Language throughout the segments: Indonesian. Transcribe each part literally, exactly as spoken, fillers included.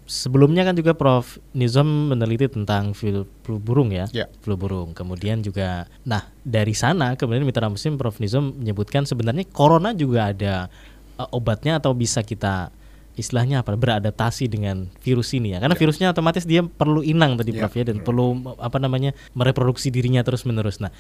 sebelumnya kan juga Prof Nizam meneliti tentang flu, flu burung ya, yeah. flu burung. Kemudian juga, nah dari sana kemudian Mitra Muslim Prof Nizam menyebutkan sebenarnya corona juga ada uh, obatnya atau bisa kita istilahnya apa beradaptasi dengan virus ini ya, karena yeah. virusnya otomatis dia perlu inang tadi yeah. Prof ya, dan perlu apa namanya mereproduksi dirinya terus menerus. Nah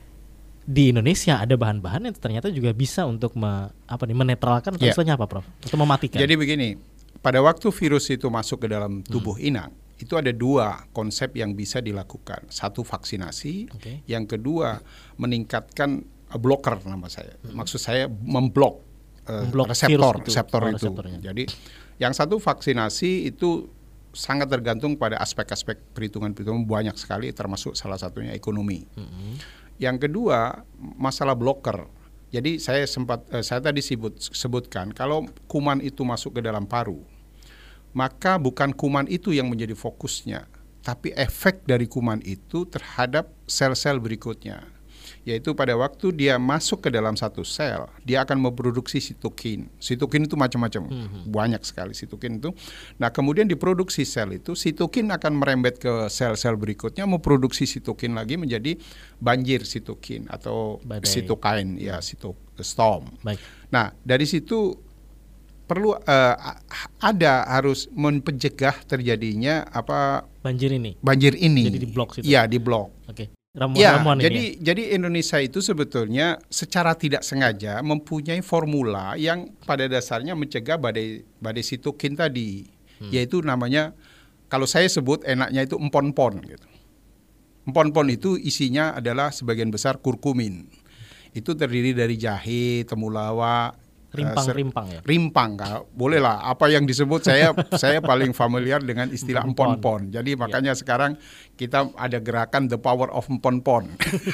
di Indonesia ada bahan-bahan yang ternyata juga bisa untuk me, apa nih menetralkan atau yeah. istilahnya apa Prof? Untuk mematikan. Jadi begini. Pada waktu virus itu masuk ke dalam tubuh hmm. inang, itu ada dua konsep yang bisa dilakukan. Satu vaksinasi, okay. yang kedua meningkatkan uh, blocker nama saya. Hmm. Maksud saya memblok, uh, reseptor, itu. reseptor oh, itu. Jadi yang satu vaksinasi itu sangat tergantung pada aspek-aspek perhitungan-perhitungan banyak sekali, termasuk salah satunya ekonomi. Hmm. Yang kedua masalah blocker. Jadi saya sempat uh, saya tadi sebut, sebutkan kalau kuman itu masuk ke dalam paru, maka bukan kuman itu yang menjadi fokusnya, tapi efek dari kuman itu terhadap sel-sel berikutnya. Yaitu pada waktu dia masuk ke dalam satu sel, dia akan memproduksi sitokin. Sitokin itu macam-macam, mm-hmm. banyak sekali sitokin itu. Nah kemudian diproduksi sel itu, sitokin akan merembet ke sel-sel berikutnya, memproduksi sitokin lagi menjadi banjir sitokin atau Badai. sitokain, ya sitostorm. Baik. Nah dari situ perlu uh, ada harus mencegah terjadinya apa banjir ini. Banjir ini. Jadi diblok situ. Iya, diblok. Oke. Ya, jadi ya? jadi Indonesia itu sebetulnya secara tidak sengaja mempunyai formula yang pada dasarnya mencegah badai badai sitokin tadi, hmm. yaitu namanya kalau saya sebut enaknya itu empon-pon gitu. Empon-pon itu isinya adalah sebagian besar kurkumin. Itu terdiri dari jahe, temulawak, rimpang, uh, ser- rimpang ya. Rimpang, Kak. Boleh lah. Apa yang disebut saya saya paling familiar dengan istilah empon-pon. Jadi makanya ya. Sekarang kita ada gerakan the power of empon-pon.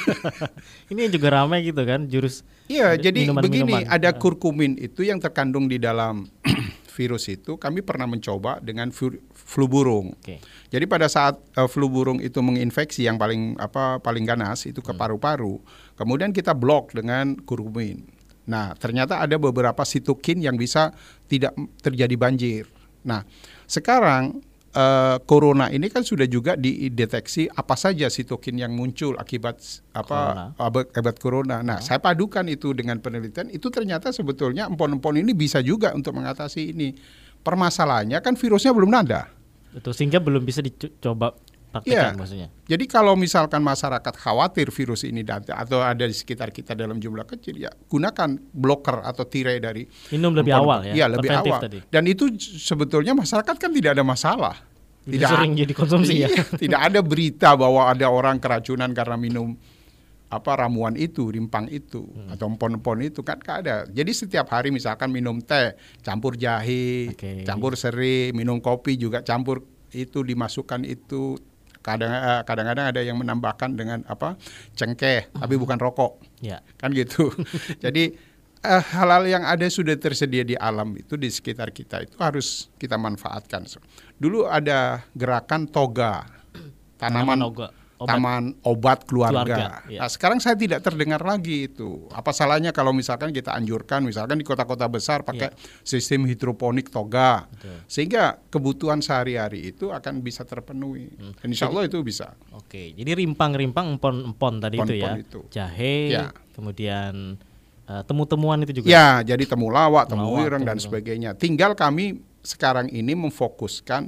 Ini juga ramai gitu kan, jurus. Iya, jadi begini, ada ya. kurkumin itu yang terkandung di dalam virus itu. Kami pernah mencoba dengan flu burung. Okay. Jadi pada saat uh, flu burung itu menginfeksi yang paling apa paling ganas itu ke paru-paru, hmm. kemudian kita blok dengan kurkumin. Nah, ternyata ada beberapa sitokin yang bisa tidak terjadi banjir. Nah, sekarang uh, corona ini kan sudah juga dideteksi apa saja sitokin yang muncul akibat apa corona. akibat corona. Nah, oh. saya padukan itu dengan penelitian, itu ternyata sebetulnya empon-empon ini bisa juga untuk mengatasi ini. Permasalahannya kan virusnya belum ada. Betul, sehingga belum bisa dicoba praktekkan, ya, maksudnya. Jadi kalau misalkan masyarakat khawatir virus ini datang atau ada di sekitar kita dalam jumlah kecil, ya gunakan blocker atau tirai dari minum lebih empon, awal ya, ya lebih awal. Tadi. Dan itu sebetulnya masyarakat kan tidak ada masalah. Tidak sering jadi konsumsi ya. Tidak ada berita bahwa ada orang keracunan karena minum apa ramuan itu, rimpang itu, hmm. atau empon-empon itu kan gak ada. Jadi setiap hari misalkan minum teh, campur jahe, okay. campur serai, minum kopi juga campur itu dimasukkan itu. Kadang kadang-kadang ada yang menambahkan dengan apa cengkeh, tapi bukan rokok, ya. Kan gitu. Jadi eh, hal-hal yang ada sudah tersedia di alam itu di sekitar kita itu harus kita manfaatkan. Dulu ada gerakan toga, tanaman obat. Taman obat keluarga. keluarga ya. Nah, sekarang saya tidak terdengar lagi itu. Apa salahnya kalau misalkan kita anjurkan, misalkan di kota-kota besar pakai ya. sistem hidroponik toga, betul. Sehingga kebutuhan sehari-hari itu akan bisa terpenuhi. Hmm. Insya Allah jadi, itu bisa. Oke, jadi rimpang-rimpang empon-empon tadi empon, itu ya, itu. jahe, ya. Kemudian uh, temu-temuan itu juga. Ya, jadi temulawak, temuireng dan sebagainya. Tinggal kami sekarang ini memfokuskan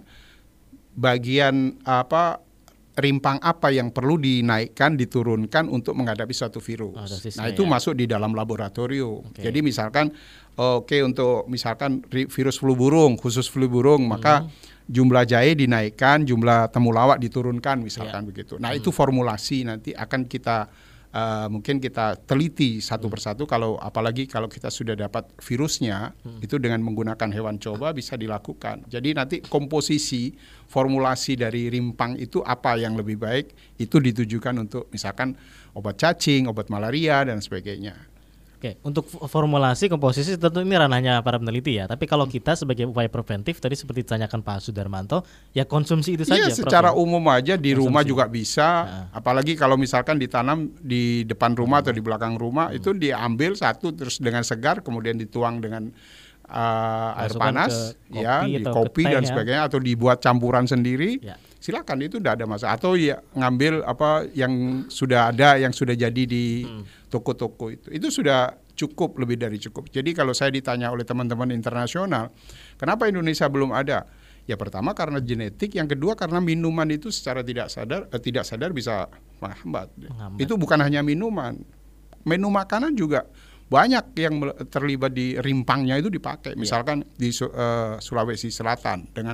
bagian apa. rimpang apa yang perlu dinaikkan, diturunkan untuk menghadapi suatu virus. Oh, nah itu ya. masuk di dalam laboratorium. Okay. Jadi misalkan, oke okay, untuk misalkan virus flu burung, khusus flu burung, hmm. maka jumlah jahe dinaikkan, jumlah temulawak diturunkan, misalkan yeah. begitu. Nah hmm. itu formulasi nanti akan kita uh, mungkin kita teliti satu hmm. persatu. Kalau apalagi kalau kita sudah dapat virusnya, hmm. itu dengan menggunakan hewan coba bisa dilakukan. Jadi nanti komposisi formulasi dari rimpang itu apa yang lebih baik itu ditujukan untuk misalkan obat cacing, obat malaria dan sebagainya. Oke, untuk formulasi komposisi tentu ini ranahnya para peneliti ya. Tapi kalau kita sebagai upaya preventif tadi seperti ditanyakan Pak Sudarmanto, ya konsumsi itu saja. Iya, secara Prof. umum aja di konsumsi. Rumah juga bisa. Nah. Apalagi kalau misalkan ditanam di depan rumah hmm. atau di belakang rumah hmm. itu diambil satu terus dengan segar kemudian dituang dengan uh, air Masukkan panas, ke ya, kopi di atau kopi ke teh dan ya. sebagainya, atau dibuat campuran sendiri. Ya. Silakan, itu tidak ada masalah. Atau ya ngambil apa yang sudah ada, yang sudah jadi di hmm. toko-toko itu, itu sudah cukup, lebih dari cukup. Jadi kalau saya ditanya oleh teman-teman internasional, kenapa Indonesia belum ada? Ya pertama karena genetik, yang kedua karena minuman itu secara tidak sadar, eh, tidak sadar bisa menghambat. menghambat. Itu bukan hanya minuman, menu makanan juga banyak yang terlibat di rimpangnya itu dipakai. Misalkan yeah. di uh, Sulawesi Selatan dengan